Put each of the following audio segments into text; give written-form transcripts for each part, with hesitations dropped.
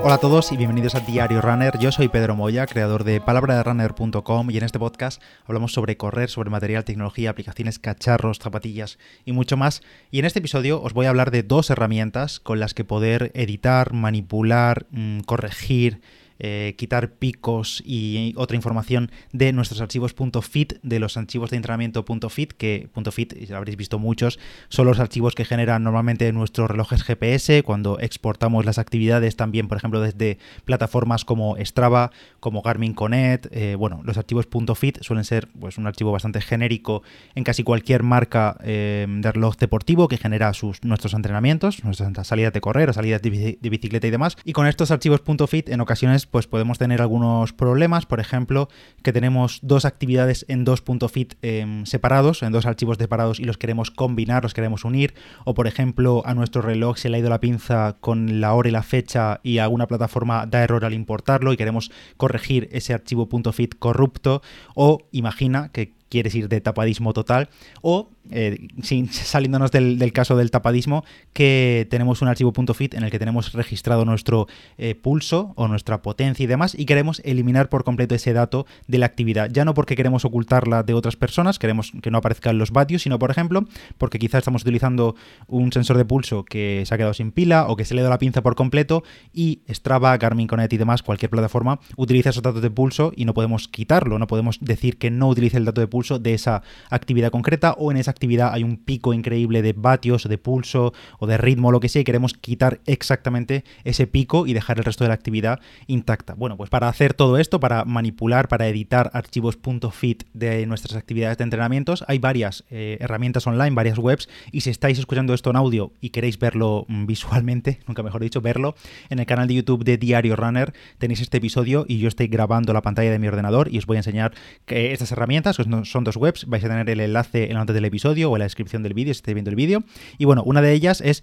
Hola a todos y bienvenidos a Diario Runner. Yo soy Pedro Moya, creador de palabraderunner.com, y en este podcast hablamos sobre correr, sobre material, tecnología, aplicaciones, cacharros, zapatillas y mucho más. Y en este episodio os voy a hablar de dos herramientas con las que poder editar, manipular, corregir, quitar picos y otra información de nuestros archivos .fit, de los archivos de entrenamiento .fit, que .fit, ya habréis visto muchos, son los archivos que generan normalmente nuestros relojes GPS cuando exportamos las actividades también, por ejemplo, desde plataformas como Strava, como Garmin Connect. Los archivos .fit suelen ser pues un archivo bastante genérico en casi cualquier marca de reloj deportivo que genera nuestros entrenamientos, nuestras salidas de correr o salidas de bicicleta y demás. Y con estos archivos .fit en ocasiones pues podemos tener algunos problemas, por ejemplo, que tenemos dos actividades en dos .fit separados, en dos archivos separados, y los queremos combinar, los queremos unir, o por ejemplo a nuestro reloj se le ha ido la pinza con la hora y la fecha y alguna plataforma da error al importarlo y queremos corregir ese archivo .fit corrupto, o imagina que quieres ir de tapadismo total, o saliéndonos del caso del tapadismo, que tenemos un archivo .fit en el que tenemos registrado nuestro pulso o nuestra potencia y demás, y queremos eliminar por completo ese dato de la actividad, ya no porque queremos ocultarla de otras personas, queremos que no aparezcan los vatios, sino por ejemplo porque quizás estamos utilizando un sensor de pulso que se ha quedado sin pila o que se le ha ido la pinza por completo, y Strava, Garmin Connect y demás, cualquier plataforma utiliza esos datos de pulso y no podemos quitarlo, no podemos decir que no utilice el dato de pulso de esa actividad concreta, o en esa actividad hay un pico increíble de vatios o de pulso o de ritmo o lo que sea, y queremos quitar exactamente ese pico y dejar el resto de la actividad intacta. Bueno, pues para hacer todo esto, para manipular, para editar archivos .fit de nuestras actividades de entrenamientos, hay varias herramientas online, varias webs, y si estáis escuchando esto en audio y queréis verlo visualmente, nunca mejor dicho, verlo, en el canal de YouTube de Diario Runner tenéis este episodio y yo estoy grabando la pantalla de mi ordenador y os voy a enseñar que estas herramientas, que son dos webs, vais a tener el enlace en la nota del episodio o en la descripción del vídeo si estáis viendo el vídeo. Y bueno, una de ellas es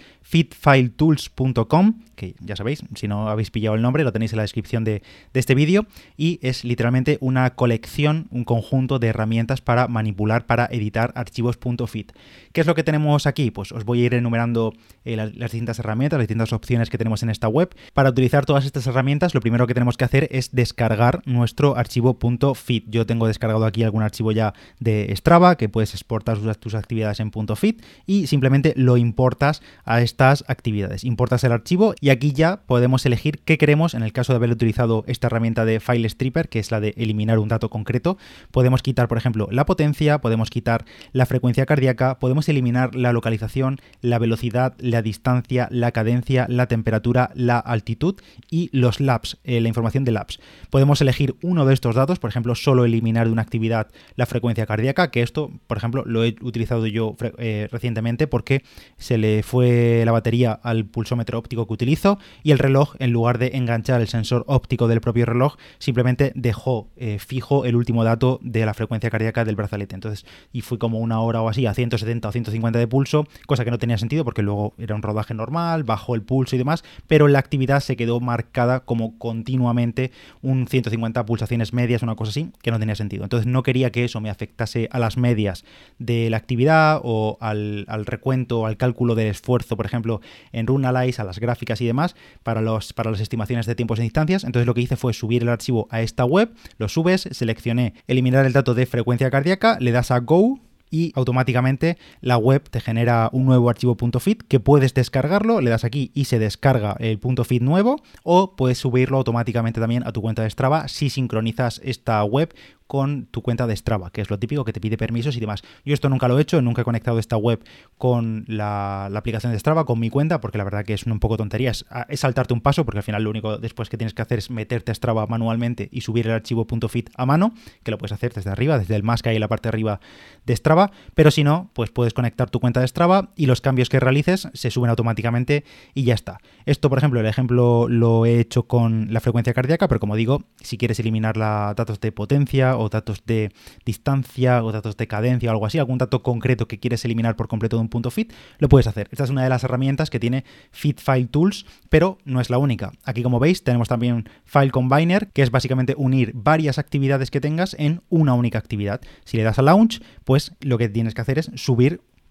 fitfiletools.com, que ya sabéis, si no habéis pillado el nombre, lo tenéis en la descripción de este vídeo, y es literalmente una colección, un conjunto de herramientas para manipular, para editar archivos .fit. ¿Qué es lo que tenemos aquí? Pues os voy a ir enumerando las distintas herramientas, las distintas opciones que tenemos en esta web. Para utilizar todas estas herramientas, lo primero que tenemos que hacer es descargar nuestro archivo .fit. Yo tengo descargado aquí algún archivo ya de Strava, que puedes exportar tus actividades en .fit, y simplemente lo importas a estas actividades. Importas el archivo y aquí ya podemos elegir qué queremos. En el caso de haber utilizado esta herramienta de File Stripper, que es la de eliminar un dato concreto, podemos quitar, por ejemplo, la potencia, podemos quitar la frecuencia cardíaca, podemos eliminar la localización, la velocidad, la distancia, la cadencia, la temperatura, la altitud y los laps, la información de laps. Podemos elegir uno de estos datos, por ejemplo, solo eliminar de una actividad la frecuencia cardíaca, que esto, por ejemplo, lo he utilizado yo recientemente porque se le fue la batería al pulsómetro óptico que utilizo y el reloj, en lugar de enganchar el sensor óptico del propio reloj, simplemente dejó fijo el último dato de la frecuencia cardíaca del brazalete. Entonces, y fui como una hora o así a 170 o 150 de pulso, cosa que no tenía sentido porque luego era un rodaje normal, bajó el pulso y demás, pero la actividad se quedó marcada como continuamente un 150 pulsaciones medias, una cosa así, que no tenía sentido. Entonces no quería que eso me afectase a las medias de la actividad o al recuento, al cálculo del esfuerzo, por ejemplo, en Runalyze, a las gráficas y demás, para las estimaciones de tiempos y distancias. Entonces lo que hice fue subir el archivo a esta web, lo subes, seleccioné eliminar el dato de frecuencia cardíaca, le das a Go, y automáticamente la web te genera un nuevo archivo .fit que puedes descargarlo, le das aquí y se descarga el .fit nuevo, o puedes subirlo automáticamente también a tu cuenta de Strava si sincronizas esta web con tu cuenta de Strava, que es lo típico, que te pide permisos y demás. Yo esto nunca lo he hecho, nunca he conectado esta web con la aplicación de Strava, con mi cuenta, porque la verdad que es un poco tontería, es saltarte un paso, porque al final lo único después que tienes que hacer es meterte a Strava manualmente y subir el archivo .fit a mano, que lo puedes hacer desde arriba, desde el más que hay en la parte de arriba de Strava, pero si no, pues puedes conectar tu cuenta de Strava y los cambios que realices se suben automáticamente y ya está. Esto, por ejemplo, el ejemplo lo he hecho con la frecuencia cardíaca, pero como digo, si quieres eliminar datos de potencia o datos de distancia o datos de cadencia o algo así, algún dato concreto que quieres eliminar por completo de un .fit, lo puedes hacer. Esta es una de las herramientas que tiene FitFileTools, pero no es la única. Aquí, como veis, tenemos también File Combiner, que es básicamente unir varias actividades que tengas en una única actividad. Si le das a Launch, pues lo que tienes que hacer es subir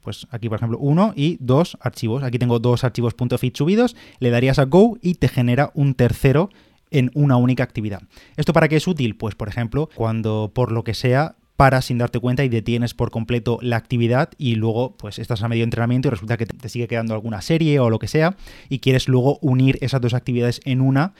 pues aquí por ejemplo 1 y 2 archivos. Aquí tengo 2 archivos .fit subidos, le darías a Go y te genera un tercero en una única actividad. ¿Esto para qué es útil? Pues por ejemplo, cuando por lo que sea paras sin darte cuenta y detienes por completo la actividad y luego pues estás a medio entrenamiento y resulta que te sigue quedando alguna serie o lo que sea y quieres luego unir esas dos actividades en una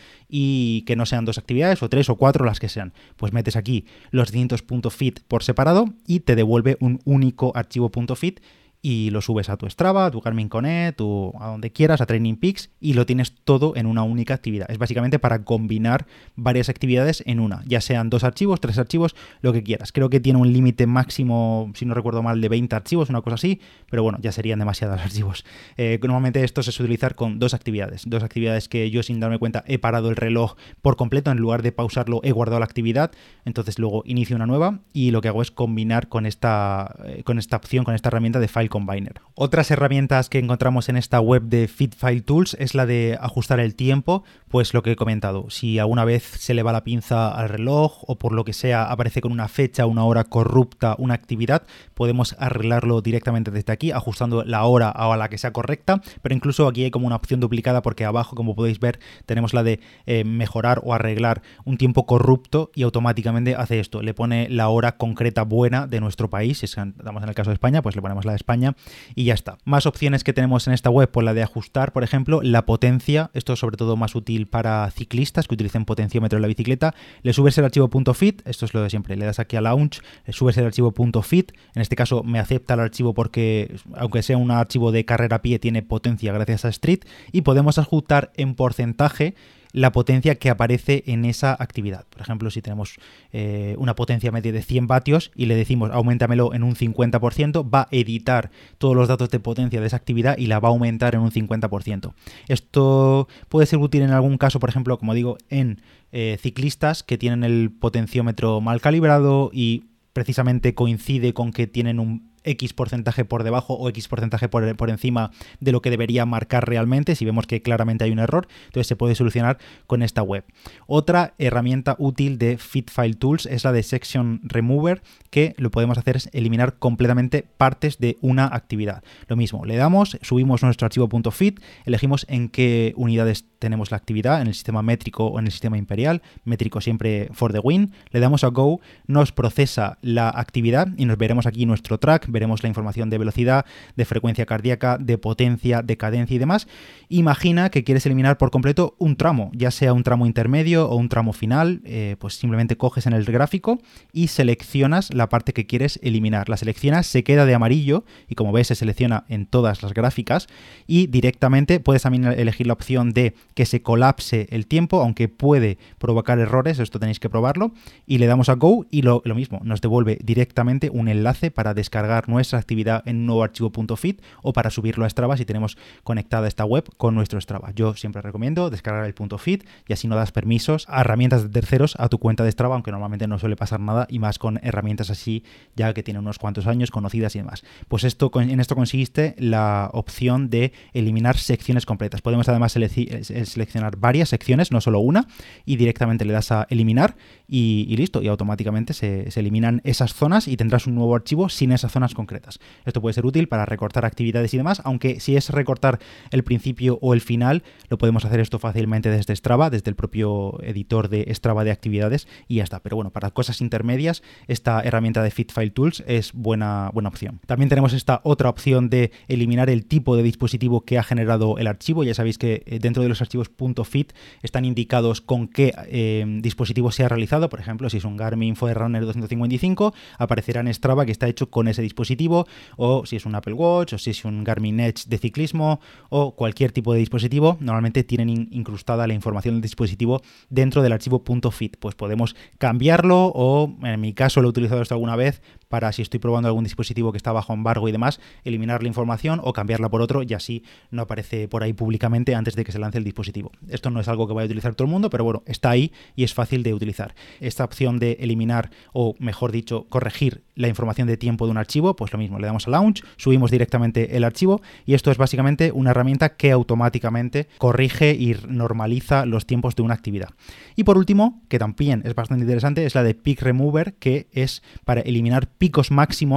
y que no sean 2 actividades o 3 o 4 las que sean. Pues metes aquí los distintos .fit por separado y te devuelve un único archivo .fit y lo subes a tu Strava, a tu Garmin Connect, a donde quieras, a Training Peaks, y lo tienes todo en una única actividad. Es básicamente para combinar varias actividades en una, ya sean 2 archivos, 3 archivos, lo que quieras. Creo que tiene un límite máximo, si no recuerdo mal, de 20 archivos, una cosa así, pero bueno, ya serían demasiados archivos. Normalmente esto se suele utilizar con 2 actividades que yo sin darme cuenta he parado el reloj por completo, en lugar de pausarlo he guardado la actividad, entonces luego inicio una nueva y lo que hago es combinar con esta opción, con esta herramienta de File Combiner. Otras herramientas que encontramos en esta web de Fitfile Tools es la de ajustar el tiempo, pues lo que he comentado, si alguna vez se le va la pinza al reloj o por lo que sea aparece con una fecha, una hora corrupta, una actividad, podemos arreglarlo directamente desde aquí, ajustando la hora a la que sea correcta, pero incluso aquí hay como una opción duplicada porque abajo, como podéis ver, tenemos la de mejorar o arreglar un tiempo corrupto y automáticamente hace esto, le pone la hora concreta buena de nuestro país, si estamos en el caso de España, pues le ponemos la de España y ya está. Más opciones que tenemos en esta web, pues la de ajustar, por ejemplo, la potencia. Esto es sobre todo más útil para ciclistas que utilicen potenciómetro en la bicicleta. Le subes el archivo .fit, esto es lo de siempre, le das aquí a Launch, le subes el archivo .fit, en este caso me acepta el archivo porque, aunque sea un archivo de carrera a pie, tiene potencia gracias a Street y podemos ajustar en porcentaje la potencia que aparece en esa actividad. Por ejemplo, si tenemos una potencia media de 100 vatios y le decimos auméntamelo en un 50%, va a editar todos los datos de potencia de esa actividad y la va a aumentar en un 50%. Esto puede ser útil en algún caso, por ejemplo, como digo, en ciclistas que tienen el potenciómetro mal calibrado y precisamente coincide con que tienen un X porcentaje por debajo o X porcentaje por encima de lo que debería marcar realmente, si vemos que claramente hay un error, entonces se puede solucionar con esta web. Otra herramienta útil de Fitfile Tools es la de Section Remover, que lo podemos hacer es eliminar completamente partes de una actividad. Lo mismo, le damos, subimos nuestro archivo .fit, elegimos en qué unidades tenemos la actividad, en el sistema métrico o en el sistema imperial, métrico siempre for the win, le damos a Go, nos procesa la actividad y nos veremos aquí nuestro track, veremos la información de velocidad, de frecuencia cardíaca, de potencia, de cadencia y demás. Imagina que quieres eliminar por completo un tramo, ya sea un tramo intermedio o un tramo final, pues simplemente coges en el gráfico y seleccionas la parte que quieres eliminar. La seleccionas, se queda de amarillo y como ves se selecciona en todas las gráficas y directamente puedes también elegir la opción de que se colapse el tiempo, aunque puede provocar errores, esto tenéis que probarlo, y le damos a Go y lo mismo, nos devuelve directamente un enlace para descargar nuestra actividad en un nuevo archivo .fit o para subirlo a Strava si tenemos conectada esta web con nuestro Strava. Yo siempre recomiendo descargar el .fit y así no das permisos a herramientas de terceros a tu cuenta de Strava, aunque normalmente no suele pasar nada y más con herramientas así ya que tienen unos cuantos años conocidas y demás. Pues en esto consiste la opción de eliminar secciones completas. Podemos además seleccionar varias secciones, no solo una, y directamente le das a eliminar y listo, y automáticamente se eliminan esas zonas y tendrás un nuevo archivo sin esas zonas concretas. Esto puede ser útil para recortar actividades y demás, aunque si es recortar el principio o el final, lo podemos hacer esto fácilmente desde Strava, desde el propio editor de Strava de actividades y ya está. Pero bueno, para cosas intermedias, esta herramienta de Fitfile Tools es buena opción. También tenemos esta otra opción de eliminar el tipo de dispositivo que ha generado el archivo. Ya sabéis que dentro de los archivos .fit están indicados con qué dispositivo se ha realizado. Por ejemplo, si es un Garmin Forerunner 255, aparecerá en Strava que está hecho con ese dispositivo, o si es un Apple Watch, o si es un Garmin Edge de ciclismo, o cualquier tipo de dispositivo, normalmente tienen incrustada la información del dispositivo dentro del archivo .fit. Pues podemos cambiarlo, o en mi caso lo he utilizado esto alguna vez para, si estoy probando algún dispositivo que está bajo embargo y demás, eliminar la información o cambiarla por otro y así no aparece por ahí públicamente antes de que se lance el dispositivo. Esto no es algo que vaya a utilizar todo el mundo, pero bueno, está ahí y es fácil de utilizar. Esta opción de eliminar, o mejor dicho, corregir la información de tiempo de un archivo, pues lo mismo, le damos a Launch, subimos directamente el archivo y esto es básicamente una herramienta que automáticamente corrige y normaliza los tiempos de una actividad. Y por último, que también es bastante interesante, es la de Peak Remover, que es para eliminar picos máximos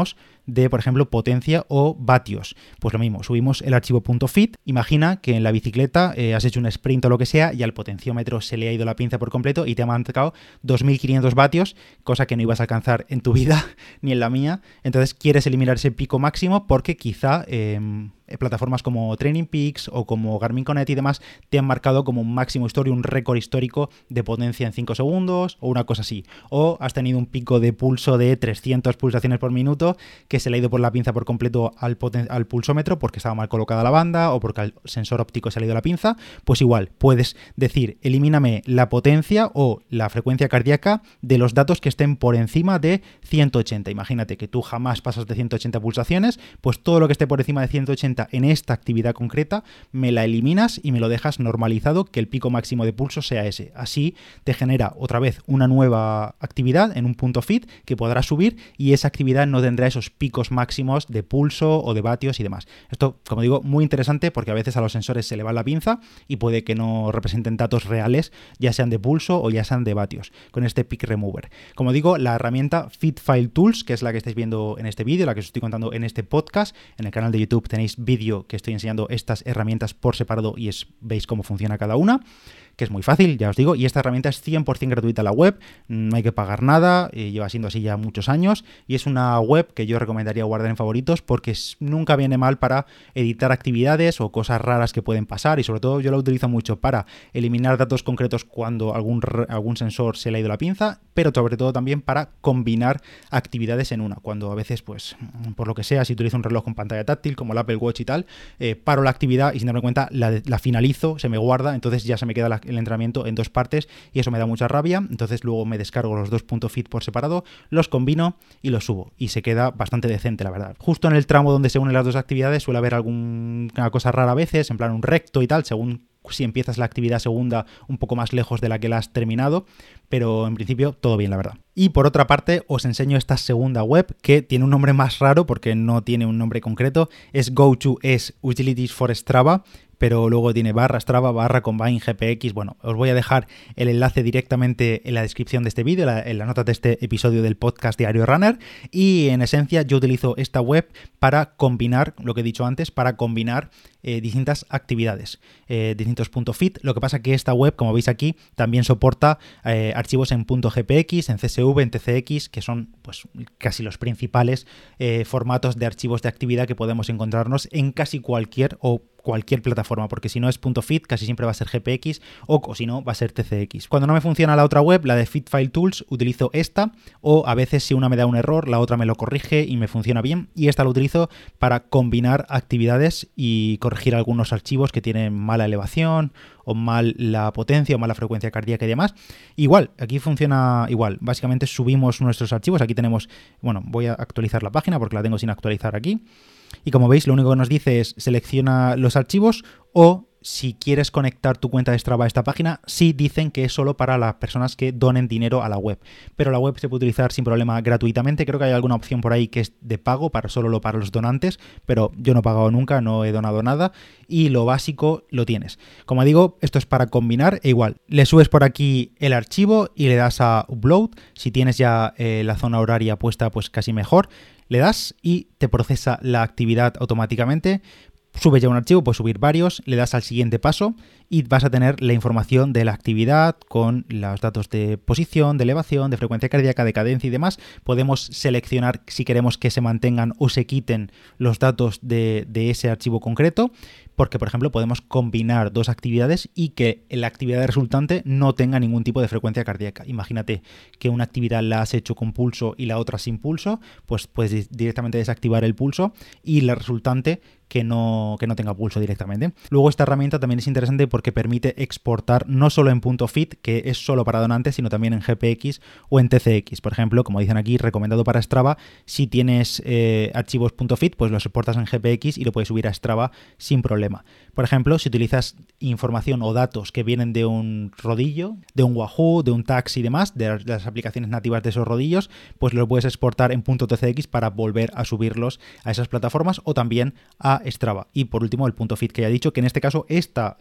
de, por ejemplo, potencia o vatios. Pues lo mismo, subimos el archivo .fit. Imagina que en la bicicleta has hecho un sprint o lo que sea y al potenciómetro se le ha ido la pinza por completo y te ha marcado 2500 vatios, cosa que no ibas a alcanzar en tu vida ni en la mía. Entonces quieres eliminar ese pico máximo porque quizá plataformas como Training Peaks o como Garmin Connect y demás te han marcado como un máximo histórico, un récord histórico de potencia en 5 segundos o una cosa así. O has tenido un pico de pulso de 300 pulsaciones por minuto que se le ha ido por la pinza por completo al pulsómetro porque estaba mal colocada la banda o porque al sensor óptico se le ha ido la pinza. Pues igual, puedes decir, elimíname la potencia o la frecuencia cardíaca de los datos que estén por encima de 180. Imagínate que tú jamás pasas de 180 pulsaciones, pues todo lo que esté por encima de 180 en esta actividad concreta me la eliminas y me lo dejas normalizado, que el pico máximo de pulso sea ese. Así te genera otra vez una nueva actividad en un .fit que podrás subir y esa actividad no tendrá esos picos máximos de pulso o de vatios y demás. Esto, como digo, muy interesante porque a veces a los sensores se le va la pinza y puede que no representen datos reales, ya sean de pulso o ya sean de vatios, con este Peak Remover. Como digo, la herramienta FitFile Tools, que es la que estáis viendo en este vídeo, la que os estoy contando en este podcast, en el canal de YouTube tenéis vídeo que estoy enseñando estas herramientas por separado y veis cómo funciona cada una, que es muy fácil, ya os digo, y esta herramienta es 100% gratuita en la web, no hay que pagar nada, lleva siendo así ya muchos años, y es una web que yo recomendaría guardar en favoritos porque nunca viene mal para editar actividades o cosas raras que pueden pasar, y sobre todo yo la utilizo mucho para eliminar datos concretos cuando algún sensor se le ha ido la pinza, pero sobre todo también para combinar actividades en una, cuando a veces, pues, por lo que sea, si utilizo un reloj con pantalla táctil, como el Apple Watch y tal, paro la actividad y sin darme cuenta la finalizo, se me guarda, entonces ya se me queda el entrenamiento en dos partes y eso me da mucha rabia. Entonces luego me descargo los dos .fit por separado, los combino y los subo y se queda bastante decente, la verdad. Justo en el tramo donde se unen las dos actividades suele haber alguna cosa rara a veces, en plan un recto y tal, según si empiezas la actividad segunda un poco más lejos de la que la has terminado, pero en principio todo bien, la verdad. Y por otra parte os enseño esta segunda web que tiene un nombre más raro porque no tiene un nombre concreto, es GoToEase Utilities for Strava, pero luego tiene /Strava /Combine GPX. Bueno, os voy a dejar el enlace directamente en la descripción de este vídeo, en la nota de este episodio del podcast Diario Runner, y en esencia yo utilizo esta web para combinar, lo que he dicho antes, para combinar distintas actividades, distintos .fit. Lo que pasa que esta web, como veis aquí, también soporta archivos en .gpx, en CSV, en TCX, que son pues casi los principales formatos de archivos de actividad que podemos encontrarnos en casi cualquier plataforma, porque si no es .fit casi siempre va a ser GPX o si no va a ser TCX. Cuando no me funciona la otra web, la de FitFile Tools, utilizo esta, o a veces si una me da un error, la otra me lo corrige y me funciona bien, y esta la utilizo para combinar actividades y corregir algunos archivos que tienen mala elevación o mal la potencia o mala frecuencia cardíaca y demás. Igual, aquí funciona igual. Básicamente subimos nuestros archivos. Aquí tenemos, bueno, voy a actualizar la página porque la tengo sin actualizar aquí. Y como veis, lo único que nos dice es selecciona los archivos o si quieres conectar tu cuenta de Strava a esta página, sí dicen que es solo para las personas que donen dinero a la web. Pero la web se puede utilizar sin problema gratuitamente. Creo que hay alguna opción por ahí que es de pago solo para los donantes, pero yo no he pagado nunca, no he donado nada y lo básico lo tienes. Como digo, esto es para combinar e igual. Le subes por aquí el archivo y le das a Upload. Si tienes ya la zona horaria puesta, pues casi mejor. Le das y te procesa la actividad automáticamente. Subes ya un archivo, puedes subir varios, le das al siguiente paso y vas a tener la información de la actividad con los datos de posición, de elevación, de frecuencia cardíaca, de cadencia y demás. Podemos seleccionar si queremos que se mantengan o se quiten los datos de ese archivo concreto, porque por ejemplo podemos combinar dos actividades y que la actividad resultante no tenga ningún tipo de frecuencia cardíaca. Imagínate que una actividad la has hecho con pulso y la otra sin pulso, pues puedes directamente desactivar el pulso y la resultante que no tenga pulso directamente. Luego esta herramienta también es interesante porque permite exportar no solo en .fit, que es solo para donantes, sino también en GPX o en TCX. Por ejemplo, como dicen aquí, recomendado para Strava, si tienes archivos .fit, pues los exportas en GPX y lo puedes subir a Strava sin problema. Por ejemplo, si utilizas información o datos que vienen de un rodillo, de un Wahoo, de un Taxi y demás, de las aplicaciones nativas de esos rodillos, pues lo puedes exportar en .tcx para volver a subirlos a esas plataformas o también a Strava. Y por último el .fit que ya he dicho, que en este caso esta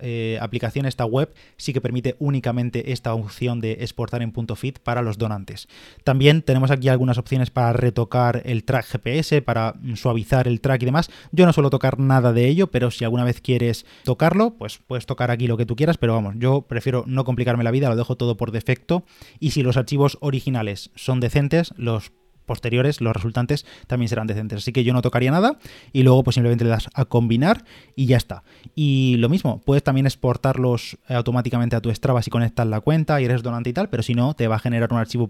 aplicación, esta web, sí que permite únicamente esta opción de exportar en .fit para los donantes. También tenemos aquí algunas opciones para retocar el track GPS, para suavizar el track y demás. Yo no suelo tocar nada de ello, pero si alguna vez quieres tocarlo, pues puedes tocar aquí lo que tú quieras, pero vamos, yo prefiero no complicarme la vida, lo dejo todo por defecto, y si los archivos originales son decentes, los posteriores, los resultantes también serán decentes, así que yo no tocaría nada y luego pues simplemente le das a combinar y ya está. Y lo mismo, puedes también exportarlos automáticamente a tu Strava si conectas la cuenta y eres donante y tal, pero si no, te va a generar un archivo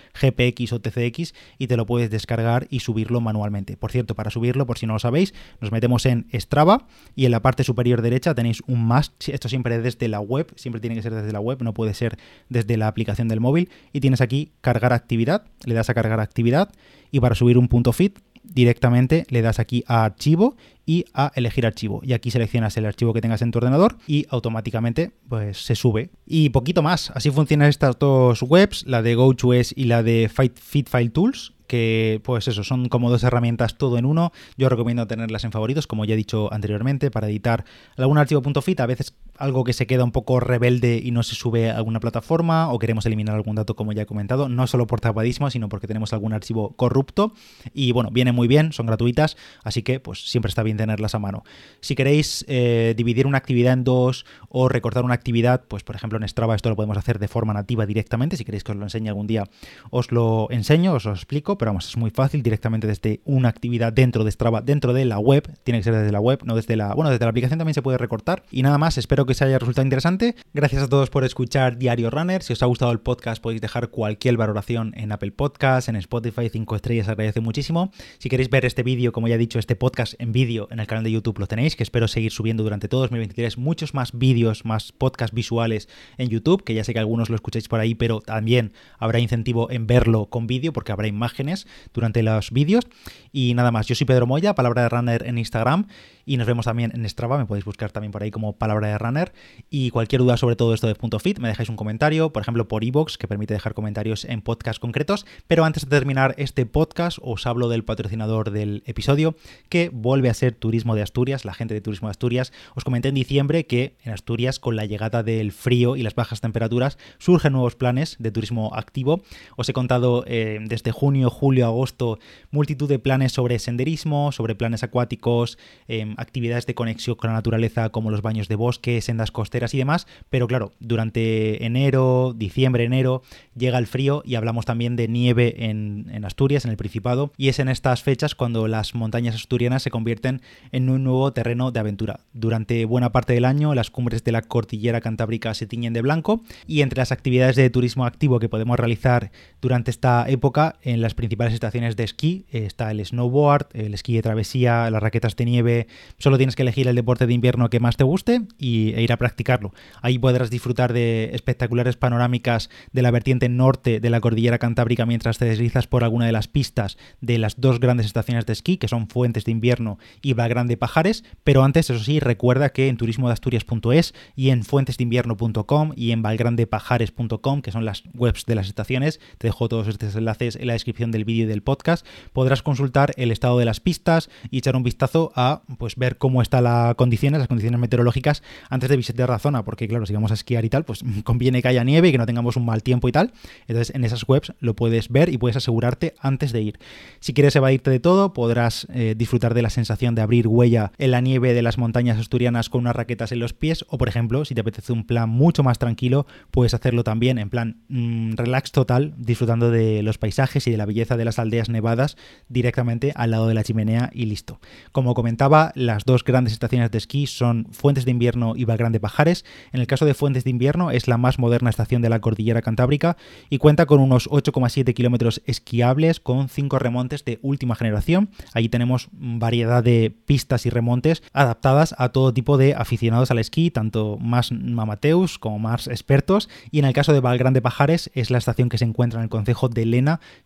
.gpx o tcx y te lo puedes descargar y subirlo manualmente. Por cierto, para subirlo, por si no lo sabéis, nos metemos en Strava y en la parte superior derecha tenéis un más, esto siempre desde la web, siempre tiene que ser desde la web, no puede ser desde la aplicación del móvil, y tienes aquí cargar actividad, le das a cargar actividad y para subir un .fit directamente le das aquí a archivo y a elegir archivo, y aquí seleccionas el archivo que tengas en tu ordenador y automáticamente pues se sube. Y poquito más, así funcionan estas dos webs, la de GoToEase y la de FitFileTools, que pues eso, son como dos herramientas todo en uno. Yo recomiendo tenerlas en favoritos, como ya he dicho anteriormente, para editar algún archivo .fit, a veces algo que se queda un poco rebelde y no se sube a alguna plataforma, o queremos eliminar algún dato, como ya he comentado, no solo por tapadismo, sino porque tenemos algún archivo corrupto, y bueno, vienen muy bien, son gratuitas, así que pues siempre está bien tenerlas a mano. Si queréis dividir una actividad en dos o recortar una actividad, pues por ejemplo en Strava esto lo podemos hacer de forma nativa directamente. Si queréis que os lo enseñe algún día, os lo enseño, os lo explico, pero vamos, es muy fácil, directamente desde una actividad dentro de Strava, dentro de la web, tiene que ser desde la web, no desde la... Bueno, desde la aplicación también se puede recortar. Y nada más, espero que os haya resultado interesante. Gracias a todos por escuchar Diario Runner. Si os ha gustado el podcast podéis dejar cualquier valoración en Apple Podcasts, en Spotify, 5 estrellas, agradece muchísimo. Si queréis ver este vídeo, como ya he dicho, este podcast en vídeo en el canal de YouTube lo tenéis, que espero seguir subiendo durante todo 2023 muchos más vídeos, más podcasts visuales en YouTube, que ya sé que algunos lo escucháis por ahí, pero también habrá incentivo en verlo con vídeo porque habrá imágenes durante los vídeos. Y nada más, yo soy Pedro Moya, Palabra de Runner en Instagram, y nos vemos también en Strava, me podéis buscar también por ahí como Palabra de Runner. Y cualquier duda sobre todo esto de .fit, me dejáis un comentario, por ejemplo por iVoox, que permite dejar comentarios en podcasts concretos. Pero antes de terminar este podcast, os hablo del patrocinador del episodio, que vuelve a ser Turismo de Asturias, la gente de Turismo de Asturias. Os comenté en diciembre que en Asturias, con la llegada del frío y las bajas temperaturas, surgen nuevos planes de turismo activo. Os he contado desde junio, julio, agosto, multitud de planes sobre senderismo, sobre planes acuáticos, actividades de conexión con la naturaleza como los baños de bosque, sendas costeras y demás, pero claro, durante enero, diciembre, enero, llega el frío y hablamos también de nieve en Asturias, en el Principado, y es en estas fechas cuando las montañas asturianas se convierten en un nuevo terreno de aventura. Durante buena parte del año, las cumbres de la cordillera cantábrica se tiñen de blanco, y entre las actividades de turismo activo que podemos realizar durante esta época, en las principales estaciones de esquí, está el snowboard, el esquí de travesía, las raquetas de nieve. Solo tienes que elegir el deporte de invierno que más te guste e ir a practicarlo. Ahí podrás disfrutar de espectaculares panorámicas de la vertiente norte de la cordillera cantábrica mientras te deslizas por alguna de las pistas de las dos grandes estaciones de esquí, que son Fuentes de Invierno y Valgrande Pajares. Pero antes, eso sí, recuerda que en turismodeasturias.es y en fuentesdeinvierno.com y en valgrandepajares.com, que son las webs de las estaciones, te dejo todos estos enlaces en la descripción del vídeo y del podcast, podrás consultar el estado de las pistas y echar un vistazo a pues ver cómo están las condiciones meteorológicas antes de visitar la zona, porque claro, si vamos a esquiar y tal, pues conviene que haya nieve y que no tengamos un mal tiempo y tal. Entonces en esas webs lo puedes ver y puedes asegurarte antes de ir. Si quieres evadirte de todo, podrás disfrutar de la sensación de abrir huella en la nieve de las montañas asturianas con unas raquetas en los pies, o por ejemplo, si te apetece un plan mucho más tranquilo, puedes hacerlo también en plan relax total, disfrutando de los paisajes y de la belleza de las aldeas nevadas directamente al lado de la chimenea y listo. Como comentaba, las dos grandes estaciones de esquí son Fuentes de Invierno y Valgrande Pajares. En el caso de Fuentes de Invierno es la más moderna estación de la cordillera cantábrica y cuenta con unos 8,7 kilómetros esquiables con 5 remontes de última generación. Allí tenemos variedad de pistas y remontes adaptadas a todo tipo de aficionados al esquí, tanto más amateurs como más expertos. Y en el caso de Valgrande Pajares es la estación que se encuentra en el concejo de Lena y es una de las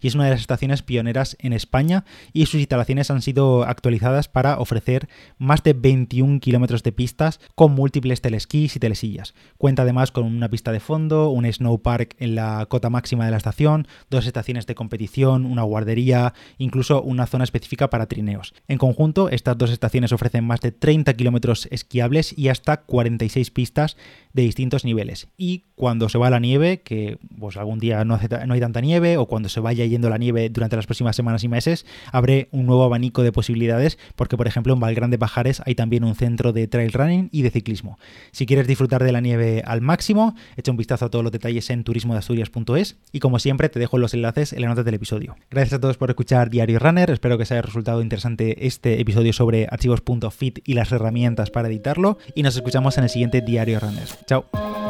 estaciones pioneras en España y sus instalaciones han sido actualizadas para ofrecer más de 21 kilómetros de pistas con múltiples telesquís y telesillas. Cuenta además con una pista de fondo, un snowpark en la cota máxima de la estación, 2 estaciones de competición, una guardería, incluso una zona específica para trineos. En conjunto, estas 2 estaciones ofrecen más de 30 kilómetros esquiables y hasta 46 pistas de distintos niveles. Y cuando se va la nieve, que pues algún día no hay tanta nieve, o cuando se vaya yendo la nieve durante las próximas semanas y meses, abre un nuevo abanico de posibilidades, porque por ejemplo en Valgrán de Pajares hay también un centro de trail running y de ciclismo. Si quieres disfrutar de la nieve al máximo, echa un vistazo a todos los detalles en turismodeasturias.es y como siempre te dejo los enlaces en las notas del episodio. Gracias a todos por escuchar Diario Runner, espero que os haya resultado interesante este episodio sobre archivos.fit y las herramientas para editarlo y nos escuchamos en el siguiente Diario Runner. Chao.